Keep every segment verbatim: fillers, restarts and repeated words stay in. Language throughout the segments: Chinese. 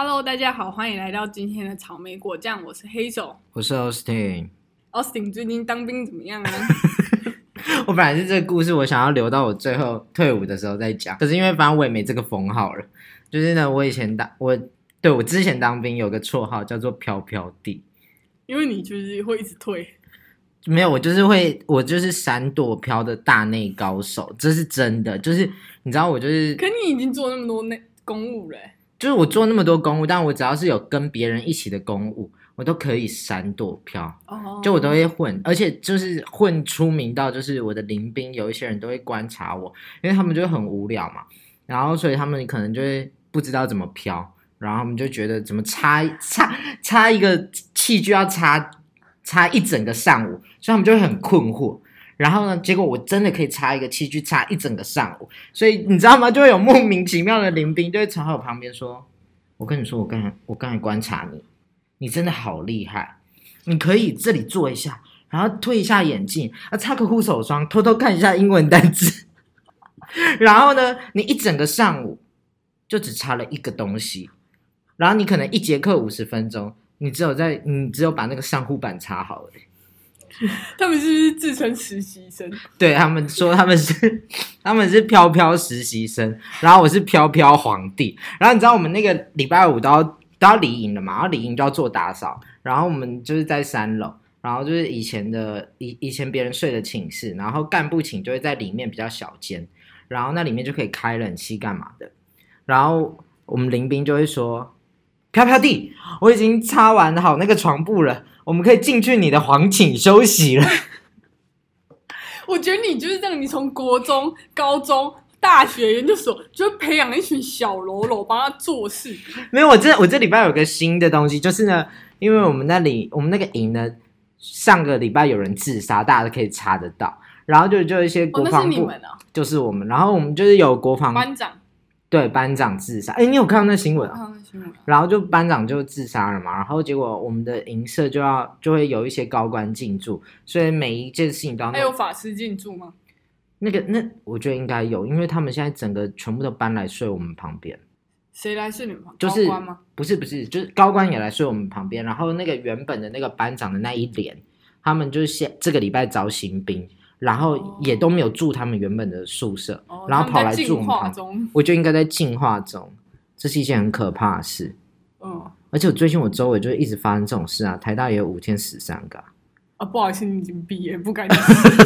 Hello， 大家好，欢迎来到今天的草莓果酱，我是黑手， 我是 Austin。Austin 最近当兵怎么样啊？ 我本来是这个故事，我想要留到我最后退伍的时候再讲，可是因为反正我也没这个封号了。就是呢，我以前当我对我之前当兵有个绰号叫做飘飘弟， 因为你就是会一直退。 没有，我就是会，我就是闪躲飘的大内高手，这是真的。就是你知道，我就是， 可你已经做那么多内公务了、欸， 就是我做那么多公务，但我只要是有跟别人一起的公务，我都可以闪躲飘，哦、就我都会混，而且就是混出名到，就是我的邻兵有一些人都会观察我，因为他们就会很无聊嘛，然后所以他们可能就会不知道怎么飘，然后他们就觉得怎么插插插一个器具要插插一整个上午，所以他们就会很困惑。然后呢，结果我真的可以插一个器具插一整个上午，所以你知道吗？就会有莫名其妙的邻兵就会朝我旁边说：“我跟你说，我刚才我刚才观察你，你真的好厉害，你可以这里坐一下，然后推一下眼镜，啊，擦个护手霜，偷偷看一下英文单字，然后呢，你一整个上午就只插了一个东西，然后你可能一节课五十分钟，你只有在你只有把那个上护板插好而已。” 他们是不是自称实习生？ 对，他们说他们是他们是飘飘实习生，然后我是飘飘皇帝。然后你知道我们那个礼拜五都要都要离营了嘛，然后离营就要做打扫，然后我们就是在三楼，然后就是以前的以以前别人睡的寝室，然后干部寝就会在里面比较小间，然后那里面就可以开冷气干嘛的。然后我们邻兵就会说：“飘飘弟，我已经擦完好那个床铺了。”我们可以进去你的黄寝休息了。 我觉得你就是这样，你从国中、高中、大学、研究所，就会培养一群小喽啰帮他做事。 没有，我这我这礼拜有个新的东西，就是呢，因为我们那里我们那个营呢，上个礼拜有人自杀，大家都可以查得到。然后就就一些国防部，哦， 那是你们啊， 就是我们。然后我们就是有国防班长。 对，班长自杀。哎，你有看到那新闻啊？ 看到那新闻。 然后就班长就自杀了嘛，然后结果我们的营舍就要就会有一些高官进驻，所以每一件事情都要。还有法师进驻吗？ 那个那我觉得应该有，因为他们现在整个全部都搬来睡我们旁边。 谁来睡你们旁边？ 就是高官吗？ 不是不是，就是高官也来睡我们旁边，然后那个原本的那个班长的那一连，他们就是现这个礼拜招新兵。然后也都没有住他们原本的宿舍， 哦、 然后跑来住我们旁边。我觉得应该在进化中，这是一件很可怕的事。 嗯， 而且我最近我周围就一直发生这种事啊，台大也有五天死三个啊。 啊，不好意思，你已经毕业，不敢死。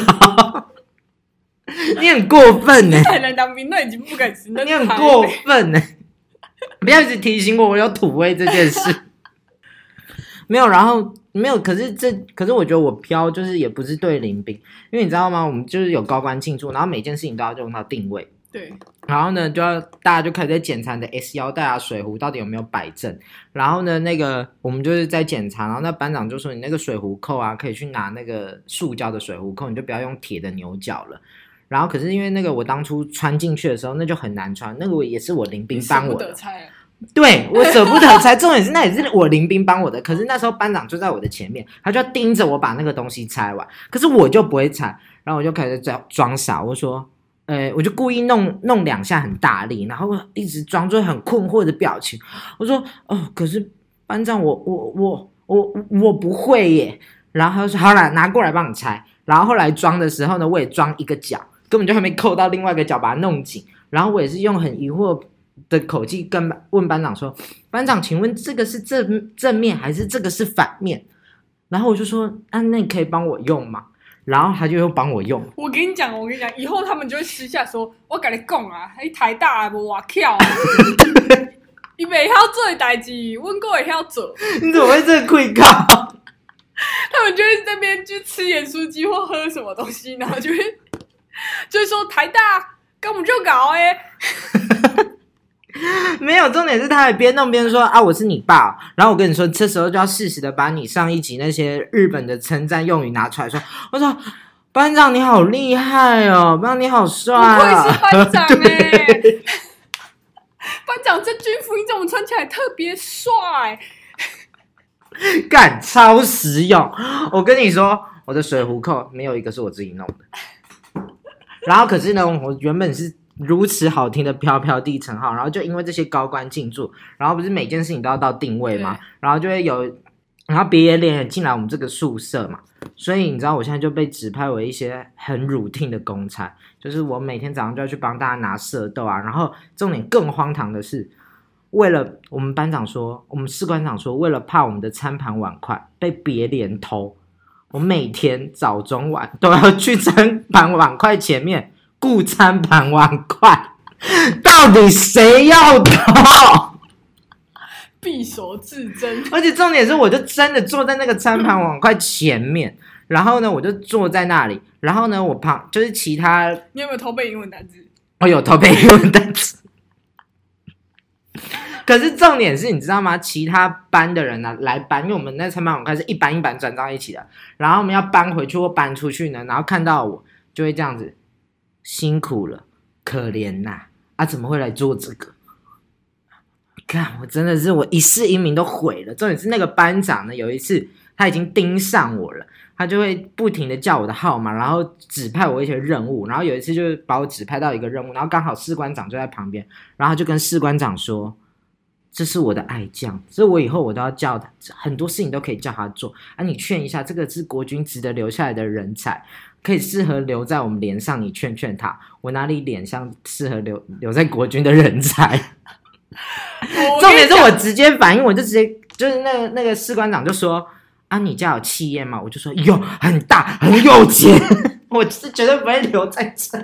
你很过分呢、欸！ 台南当兵，那已经不敢死。 你很过分呢、欸！不要一直提醒我我有土味这件事。没有，然后。没有，可是这可是我觉得我飘就是也不是对邻兵，因为你知道吗？我们就是有高官进驻，然后每件事情都要用到定位。 对， 然后呢，就要大家就开始在检查你的 S 腰带啊、水壶到底有没有摆正。然后呢，那个我们就是在检查，然后那班长就说你那个水壶扣啊，可以去拿那个塑胶的水壶扣，你就不要用铁的牛角了。然后可是因为那个我当初穿进去的时候，那就很难穿，那个也是我邻兵帮我的。对，我舍不得拆，重点是那也是我邻兵帮我的，可是那时候班长就在我的前面，他就要盯着我把那个东西拆完，可是我就不会拆，然后我就开始装傻，我说，呃，我就故意弄弄两下很大力，然后一直装作很困惑的表情，我说，哦，可是班长我我我我我不会耶，然后他说好啦，拿过来帮你拆，然后后来装的时候呢，我也装一个角，根本就还没扣到另外一个角，把它弄紧，然后我也是用很疑惑的口气跟问班长说：“班长，请问这个是正正面还是这个是反面？”然后我就说：“啊，那你可以帮我用吗？”然后他就又帮我用。 我跟你讲，我跟你讲，以后他们就会私下说：“我跟你讲啊，那台大的无外巧啊，你袂晓做的代志，阮哥会晓做。” 你怎么会这个愧靠？ 他们就会在那边去吃盐酥鸡或喝什么东西，然后就会就会说台大根本就搞哎、欸。 没有，重点是他还边弄边说啊，我是你爸、哦。然后我跟你说，这时候就要适时的把你上一集那些日本的称赞用语拿出来说。我说班长你好厉害哦，班长你好帅啊！ 不愧是班长哎、欸，班长这军服你怎么穿起来特别帅？ 干超实用！我跟你说，我的水壶扣没有一个是我自己弄的。然后可是呢，我原本是如此好听的飘飘地称号，然后就因为这些高官进驻，然后不是每件事情都要到定位嘛，然后就会有，然后别人也进来我们这个宿舍嘛，所以你知道我现在就被指派为一些很 routine 的公差，就是我每天早上就要去帮大家拿色豆啊，然后重点更荒唐的是，为了我们班长说，我们士官长说，为了怕我们的餐盘碗筷被别连偷，我每天早中晚都要去餐盘碗筷前面顾餐盘碗筷，到底谁要偷？ 匕首自珍。 而且重点是，我就真的坐在那个餐盘碗筷前面，然后呢，我就坐在那里，然后呢，我旁就是其他， 你有没有偷背英文单词？ 我有偷背英文单词。可是重点是，你知道吗？其他班的人呢、啊、来搬，因为我们那餐盘碗筷是一班一班转到一起的，然后我们要搬回去或搬出去呢，然后看到我就会这样子，辛苦了，可怜呐、啊，啊怎么会来做这个？看我真的是我一世英名都毁了。重点是那个班长呢，有一次他已经盯上我了，他就会不停的叫我的号码，然后指派我一些任务，然后有一次就把我指派到一个任务，然后刚好士官长就在旁边，然后他就跟士官长说，这是我的爱将，所以我以后我都要叫他，很多事情都可以叫他做啊，你劝一下，这个是国军值得留下来的人才，可以适合留在我们连上，你劝劝他。我哪里脸像适合留留在国军的人才？重点是我直接反应，我就直接就是那个那个士官长就说啊，你家有企业吗？我就说有，很大，很有钱，我是绝对不会留在这。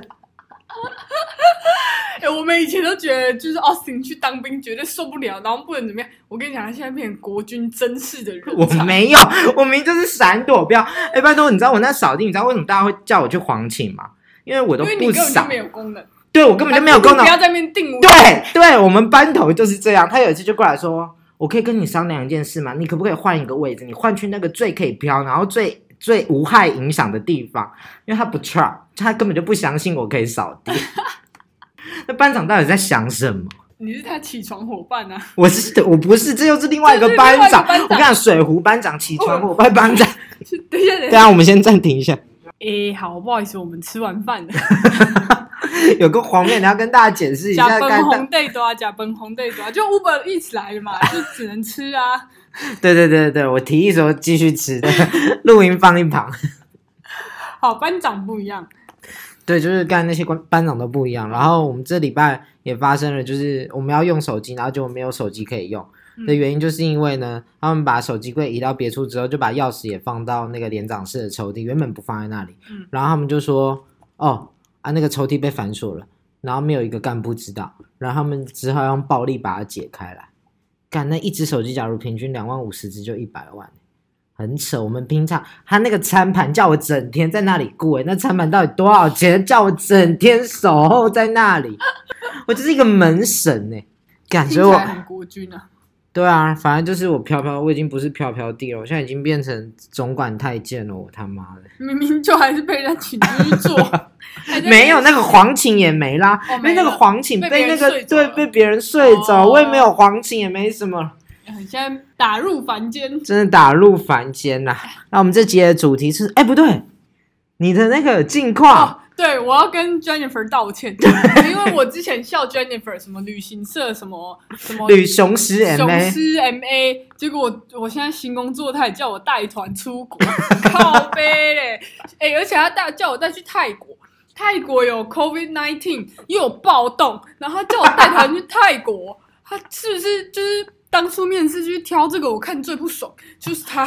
欸、我们以前都觉得就是 Austin 去当兵绝对受不了，然后不能怎么样。我跟你讲，他现在变成国军真式的人才。 我没有，我明明就是闪躲标。哎、欸，拜托，你知道我那扫地，你知道为什么大家会叫我去黄寝吗？因为我都不扫， 因为你根本就没有功能。 对，我根本就没有功能。 不要在那边定位。 对对，我们班头就是这样。他有一次就过来说，我可以跟你商量一件事吗？你可不可以换一个位置？你换去那个最可以飘，然后最最无害影响的地方。因为他不 try， 他根本就不相信我可以扫地。那班长到底在想什么？ 你是他起床伙伴啊！ 我是我不是，这又是另外一个班长。班长我跟你讲，水壶班长、起床伙伴班长。 等一下，等一下，我们先暂停一下。 哎，好，不好意思，我们吃完饭了。 有个黄面，你要跟大家解释一下。 假崩红队多啊，假崩红队多啊，就 Uber 一起来了嘛，就只能吃啊。 对对对对，我提议说继续吃的，录音放一旁。 好，班长不一样。 对，就是刚才那些班长都不一样。然后我们这礼拜也发生了，就是我们要用手机，然后结果没有手机可以用的原因，就是因为呢，他们把手机柜移到别处之后，就把钥匙也放到那个连长室的抽屉，原本不放在那里。嗯、然后他们就说，哦啊，那个抽屉被反锁了，然后没有一个干部知道，然后他们只好用暴力把它解开来。干，那一只手机假如平均两万五十只就一百万。很扯，我们平常他那个餐盘叫我整天在那里顾、欸、那餐盘到底多少钱？叫我整天守候在那里，我就是一个门神哎、欸，感觉我很国军啊。 对啊，反正就是我飘飘，我已经不是飘飘弟了，我现在已经变成总管太监了，我他妈的！ 明明就还是被人家请去做， 没有那个黄寝也没啦，哦、因为那个黄寝被那个对被别人睡走，哦、我也没有黄寝，也没什么。 现在打入凡间， 真的打入凡间啦！那我们这集的主题是，哎，不对，你的那个近况、哦， 对，我要跟 Jennifer 道歉，因为我之前笑 Jennifer 什么旅行社什么什么旅雄狮 M A， 雄狮 M A， 结果我我现在新工作，他也叫我带团出国，靠背嘞，哎，而且他带叫我带去泰国，泰国有 COVID 十九 又有暴动，然后他叫我带团去泰国，他是不是就是？当初面试去挑这个，我看最不爽就是他。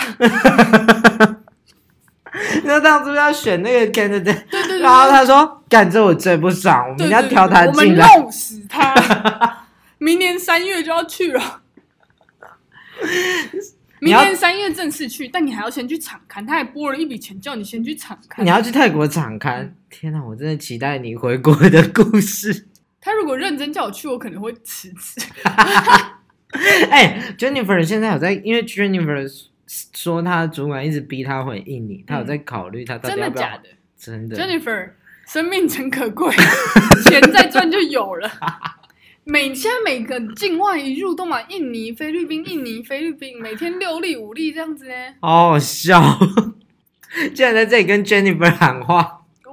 那当初要选那个 candidate， 对对对， 然后他说：“干这我最不爽，我们要挑他进来， 我们弄死他。明年三月就要去了，明年三月正式去，但你还要先去场勘，他还拨了一笔钱叫你先去场勘。 你要去泰国场勘？天哪，我真的期待你回国的故事。 他如果认真叫我去，我可能会辞职。” 哎、欸、，Jennifer 现在有在，因为 Jennifer 说她主管一直逼她回印尼，她、嗯、有在考虑她到底要不要。真的假的？真的。 Jennifer 生命诚可贵，钱再赚就有了。每现在每个境外一入都买印尼、菲律宾、印尼、菲律宾，每天六例五例这样子呢。 好好笑，竟然在这里跟 Jennifer 喊话。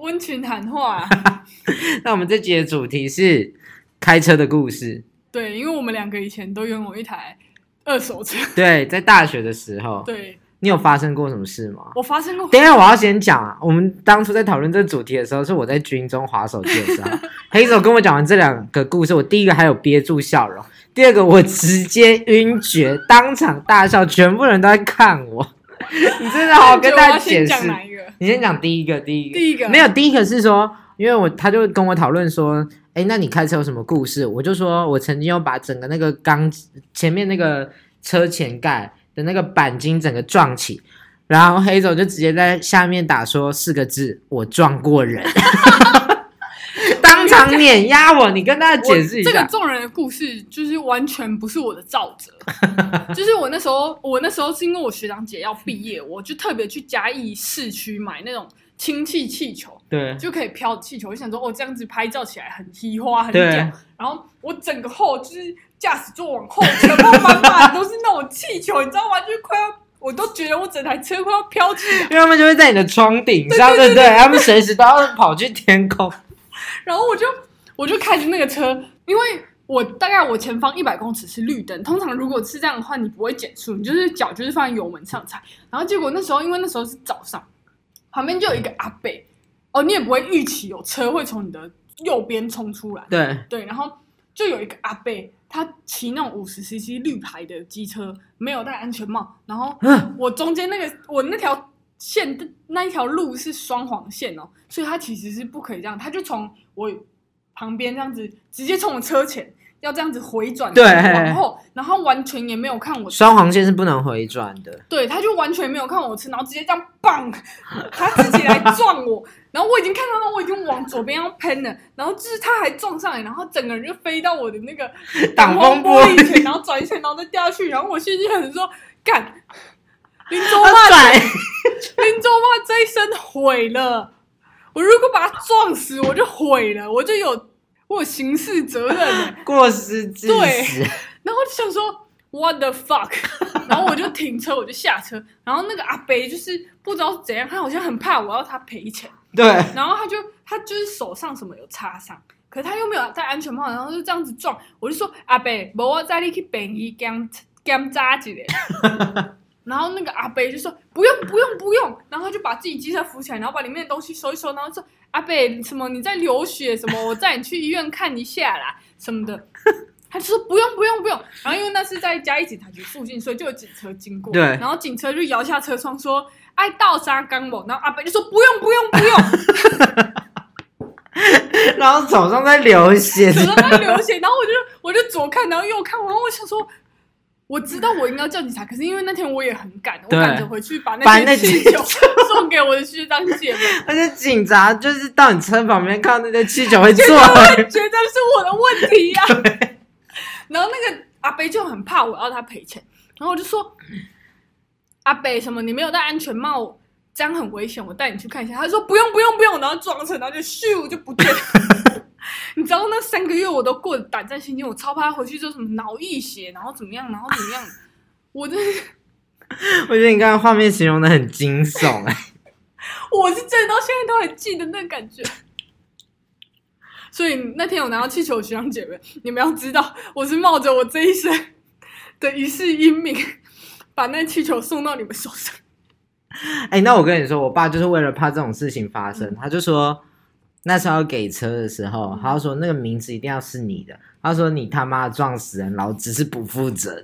温情喊话、啊。 那我们这集的主题是开车的故事。 对，因为我们两个以前都拥有一台二手车。 对，在大学的时候。 对。 你有发生过什么事吗？ 我发生过。 等一下，我要先讲啊。我们当初在讨论这个主题的时候，是我在军中滑手机的时候，黑手跟我讲完这两个故事，我第一个还有憋住笑容，第二个我直接晕厥，当场大笑，全部人都在看我。你真的好好跟大家解释。 我要先讲哪一个？ 你先讲第一个，第一个， 第一个没有，第一个是说，因为我他就跟我讨论说，哎，那你开车有什么故事？我就说我曾经有把整个那个钢前面那个车前盖的那个钣金整个撞起。然后黑手就直接在下面打说四个字：我撞过人。当场碾压我，你跟大家解释一下。 这个撞人的故事就是完全不是我的造责，就是我那时候，我那时候是因为我学长姐要毕业，我就特别去嘉义市区买那种氢气气球， 对， 就可以飘的气球。我想说，哦，这样子拍照起来很稀花，很屌。然后我整个后就是驾驶座往后，全部满满都是那种气球，你知道吗？就是快要。我都觉得我整台车快要飘起来， 因为他们就会在你的窗顶上，对不对？他们随时都要跑去天空。 然后我就我就开着那个车，因为我大概我前方一百公尺是绿灯，通常如果是这样的话，你不会减速，你就是脚就是放在油门上踩。然后结果那时候因为那时候是早上，旁边就有一个阿伯，哦，你也不会预期有车会从你的右边冲出来， 对对，然后就有一个阿伯。他骑那种五十 C C 绿牌的机车，没有戴安全帽，然后我中间那个我那条线那一条路是双黄线哦，所以他其实是不可以这样，他就从我旁边这样子直接从我车前要这样子回转往后，然后完全也没有看我车。 双黄线是不能回转的。 对，他就完全没有看我车，然后直接这样棒，他自己来撞我，然后我已经看到我已经往左边要喷了，然后就是他还撞上来，然后整个人就飞到我的那个挡风玻璃前，然后转一圈，然后再掉下去，然后我心里很说干，林州妈，林州妈这一生毁了，我如果把他撞死，我就毁了，我就有。我有刑事责任耶， 过失致死。 对，然后就想说 what the fuck， 然后我就停车，我就下车，然后那个阿伯就是不知道是怎样，他好像很怕我要他赔钱， 对， 然后他就他就是手上什么有擦伤，可是他又没有戴安全帽，然后就这样子撞，我就说阿伯，无我载你去病院检检查一下。然后那个阿伯就说不用不用不用，然后他就把自己机车扶起来，然后把里面的东西收一收，然后说阿伯什么你在流血什么，我载你去医院看一下啦什么的。他就说不用不用不用，然后因为那是在嘉义警察局附近，所以就有警车经过， 对， 然后警车就摇下车窗说爱倒沙缸某，然后阿伯就说不用不用不用。 然后手上在流血， 手上在流血，然后我就我就左看然后右看，然后我想说。我知道我应该要叫警察，可是因为那天我也很赶，我赶着回去把那些气球送给我的学长姐们。 而且警察就是到你车旁边看到那些气球会做， 会觉得是我的问题呀、啊。然后那个阿伯就很怕我要他赔钱，然后我就说阿伯什么你没有戴安全帽，这样很危险，我带你去看一下。他说不用不用不用，然后撞车，然后就咻就不见了。你知道那三个月我都过得胆战心惊，我超怕他回去之后什么脑溢血，然后怎么样，然后怎么样，我真的， 我觉得你刚刚画面形容的很惊悚哎、欸， 我是真的到现在都还记得那个感觉。所以那天我拿到气球，学长姐妹，你们要知道，我是冒着我这一生的一世英名，把那气球送到你们手上。 哎、欸，那我跟你说，我爸就是为了怕这种事情发生，嗯、他就说。那时候要给车的时候，他说那个名字一定要是你的。他说你他妈撞死人，老子是不负责的。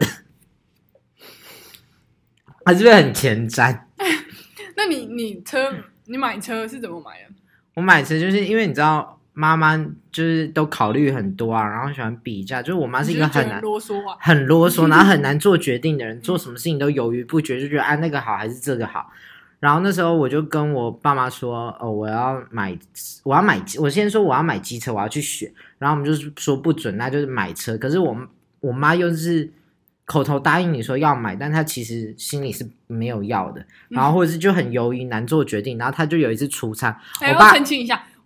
他是不是很前瞻？ 那你你车你买车是怎么买的？ 我买车就是因为你知道妈妈就是都考虑很多啊，然后喜欢比价。就是我妈是一个很难啰嗦啊， 很啰嗦，然后很难做决定的人，做什么事情都犹豫不决，就觉得啊那个好还是这个好。然后那时候我就跟我爸妈说，哦，我要买，我要买，我先说我要买机车，我要去选。然后我们就说不准，那就是买车。可是我我妈又是口头答应你说要买，但她其实心里是没有要的。然后或者是就很犹豫，难做决定。然后她就有一次出差， 哎， 我爸我澄清一下，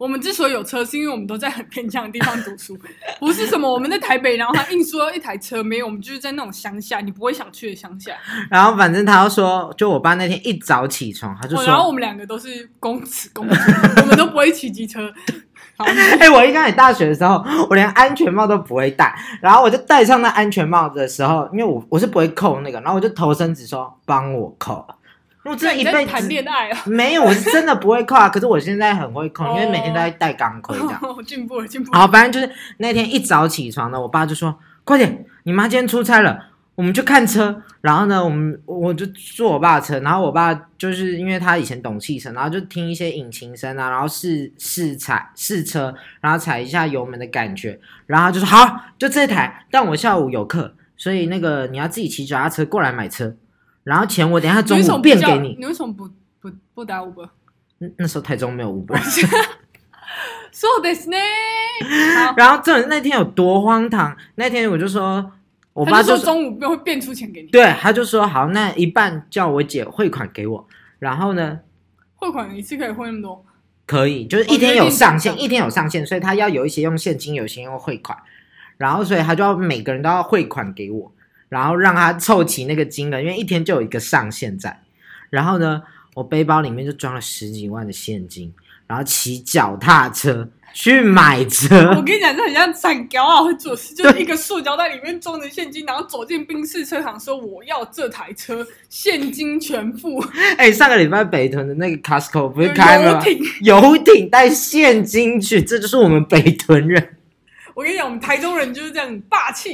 我们之所以有车，是因为我们都在很偏向的地方读书，不是什么我们在台北，然后他硬说一台车，没有，我们就是在那种乡下，你不会想去的乡下。 然后反正他就说，就我爸那天一早起床，他就说， 哦、然后我们两个都是公子公主，我们都不会骑机车。 哎、欸，我一开始大学的时候，我连安全帽都不会戴，然后我就戴上那安全帽的时候，因为我我是不会扣那个，然后我就投身只说帮我扣。我真的一辈子谈恋爱啊？ 没有，我是真的不会扣啊。可是我现在很会扣，因为每天都在戴钢盔这样。 哦，进步了，进步了。 好，反正就是那天一早起床呢，我爸就说：“快点，你妈今天出差了，我们去看车。”然后呢，我们我就坐我爸的车，然后我爸就是因为他以前懂汽车，然后就听一些引擎声啊，然后试试踩试车，然后踩一下油门的感觉，然后他就说：“好，就这台，但我下午有课，所以那个你要自己骑脚踏车过来买车。”然后钱我等一下中午变给你。 你为什么不不不打 Uber？ 那时候台中没有 Uber。 そうですね。 然后这那天有多荒唐？那天我就说，我爸就说中午会变出钱给你。 对，他就说好，那一半叫我姐汇款给我。然后呢， 汇款一次可以汇那么多？ 可以，就是一天有上限，一天有上限，所以他要有一些用现金，有些用汇款。然后所以他就要每个人都要汇款给我。然后让他凑齐那个金额，因为一天就有一个上限在。然后呢，我背包里面就装了十几万的现金，然后骑脚踏车去买车。 我跟你讲，这很像散胶啊会做事，就是一个塑胶袋里面装着现金，然后走进宾士车行说我要这台车，现金全付。 哎、欸，上个礼拜北屯的那个 Costco 不是开了吗？ 游艇， 游艇带现金去，这就是我们北屯人。 我跟你讲，我们台中人就是这样霸气。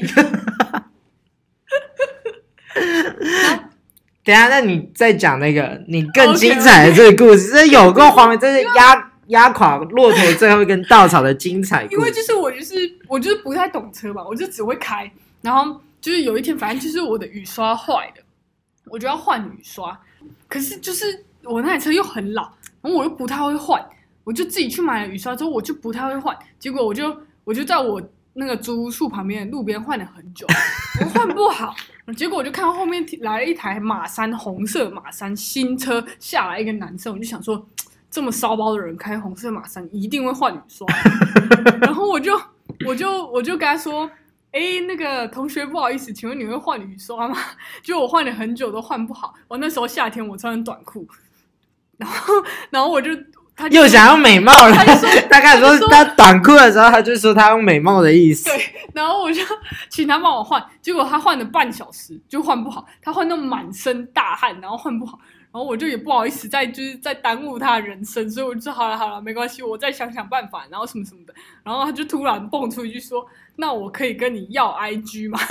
等一下，那你再讲那个你更精彩的这个故事， okay, okay. 这有够荒谬，这是压压垮骆驼最后一根稻草的精彩故事。 因为就是我就是我就是不太懂车嘛，我就只会开，然后就是有一天，反正就是我的雨刷坏了，我就要换雨刷，可是就是我那台车又很老，然后我又不太会换，我就自己去买了雨刷之后，我就不太会换，结果我就我就在我那个租屋处旁边的路边换了很久，我换不好，结果我就看到后面来了一台马三，红色马三新车，下来一个男生，我就想说，这么骚包的人开红色马三一定会换雨刷，然后我就我就我就跟他说，哎，那个同学不好意思，请问你会换雨刷吗？就我换了很久都换不好，我那时候夏天我穿短裤，然后然后我就。他又想用美貌了， 他就说他开始说他短裤的时候，他就说他用美貌的意思。 对，然后我就请他帮我换，结果他换了半小时就换不好，他换到满身大汗，然后换不好，然后我就也不好意思再就是再耽误他的人生，所以我就说好了好了，没关系，我再想想办法，然后什么什么的，然后他就突然蹦出一句说：“那我可以跟你要 I G 吗？”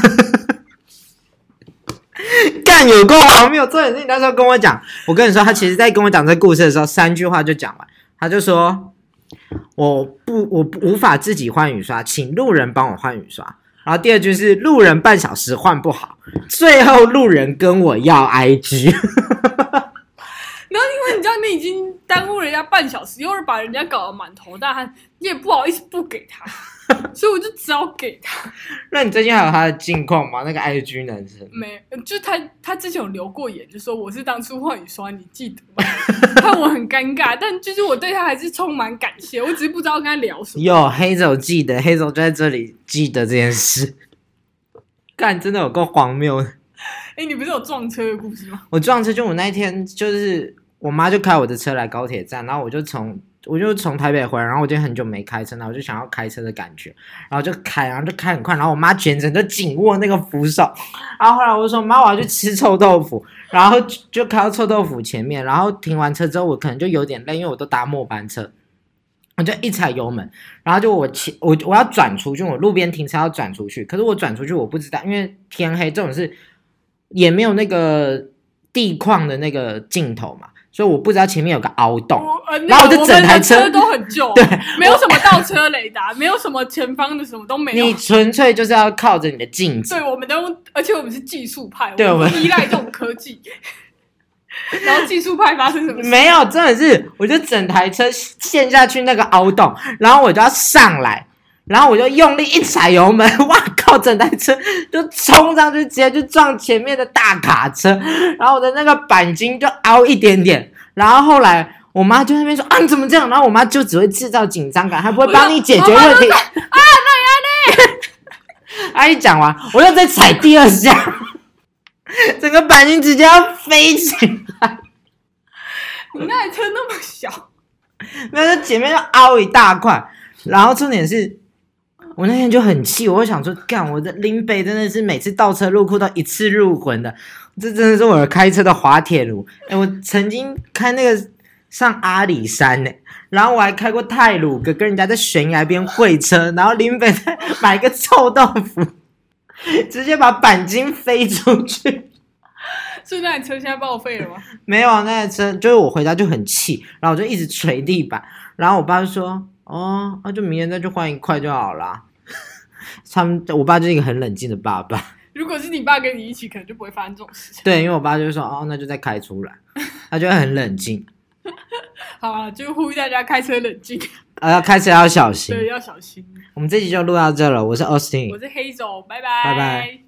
干有够荒谬！重点是你那时候跟我讲，我跟你说，他其实在跟我讲这故事的时候，三句话就讲完。他就说：“我不，我不无法自己换雨刷，请路人帮我换雨刷。”然后第二句是路人半小时换不好，最后路人跟我要 I G。 然后因为你知道你已经耽误人家半小时，又是把人家搞得满头大汗，你也不好意思不给他，所以我就只好给他。 那你最近还有他的近况吗？那个 I G 男生没，就他他之前有留过言，就说我是当初换雨刷，你记得吗？看我很尴尬，但就是我对他还是充满感谢，我只是不知道跟他聊什么。 有黑手记得，黑手就在这里记得这件事。干，真的有够荒谬的。 哎，你不是有撞车的故事吗？ 我撞车就我那一天就是我妈就开我的车来高铁站，然后我就从我就从台北回来，然后我就很久没开车，然后我就想要开车的感觉，然后就开，然后就开很快，然后我妈全程就紧握那个扶手，然后后来我就说妈我要去吃臭豆腐，然后就开到臭豆腐前面，然后停完车之后我可能就有点累，因为我都搭末班车，我就一踩油门，然后就我我我要转出去，我路边停车要转出去，可是我转出去我不知道，因为天黑这种事也没有那个地况的那个镜头嘛，所以我不知道前面有个凹洞， 呃那个、 然后我就整台车， 我们的车都很旧， 对， 没有什么倒车雷达，没有什么前方的什么都没有， 你纯粹就是要靠着你的镜子。 对，我们都，而且我们是技术派， 对， 我们依赖这种科技。然后技术派发生什么事？ 没有，真的是，我就整台车陷下去那个凹洞，然后我就要上来。然后我就用力一踩油门，哇靠！整台车就冲上去，直接就撞前面的大卡车，然后我的那个钣金就凹一点点。然后后来我妈就在那边说啊你怎么这样，然后我妈就只会制造紧张感，她不会帮你解决问题。啊，那样呢？阿姨讲完，我又再踩第二下，整个钣金直接要飞起来。 你那台车那么小， 没有，前面就凹一大块。然后重点是，我那天就很气，我就想说，干我的林北真的是每次倒车入库都一次入魂的，这真的是我的开车的滑铁卢。哎，我曾经开那个上阿里山呢，然后我还开过太鲁阁，跟人家在悬崖边会车，然后林北再买一个臭豆腐，直接把钣金飞出去。 所以那台车现在报废了吗？ 没有，那台车就是我回家就很气，然后我就一直捶地板，然后我爸就说：“哦，那、啊、就明天再去换一块就好啦。”他们，我爸就是一个很冷静的爸爸。 如果是你爸跟你一起，可能就不会发生这种事情。 对，因为我爸就说：“哦，那就再开出来。”他就会很冷静。 好啊，就呼吁大家开车冷静。 啊，要开车要小心。 对，要小心。 我们这集就录到这了，我是 Austin， 我是黑总，拜拜， 拜拜。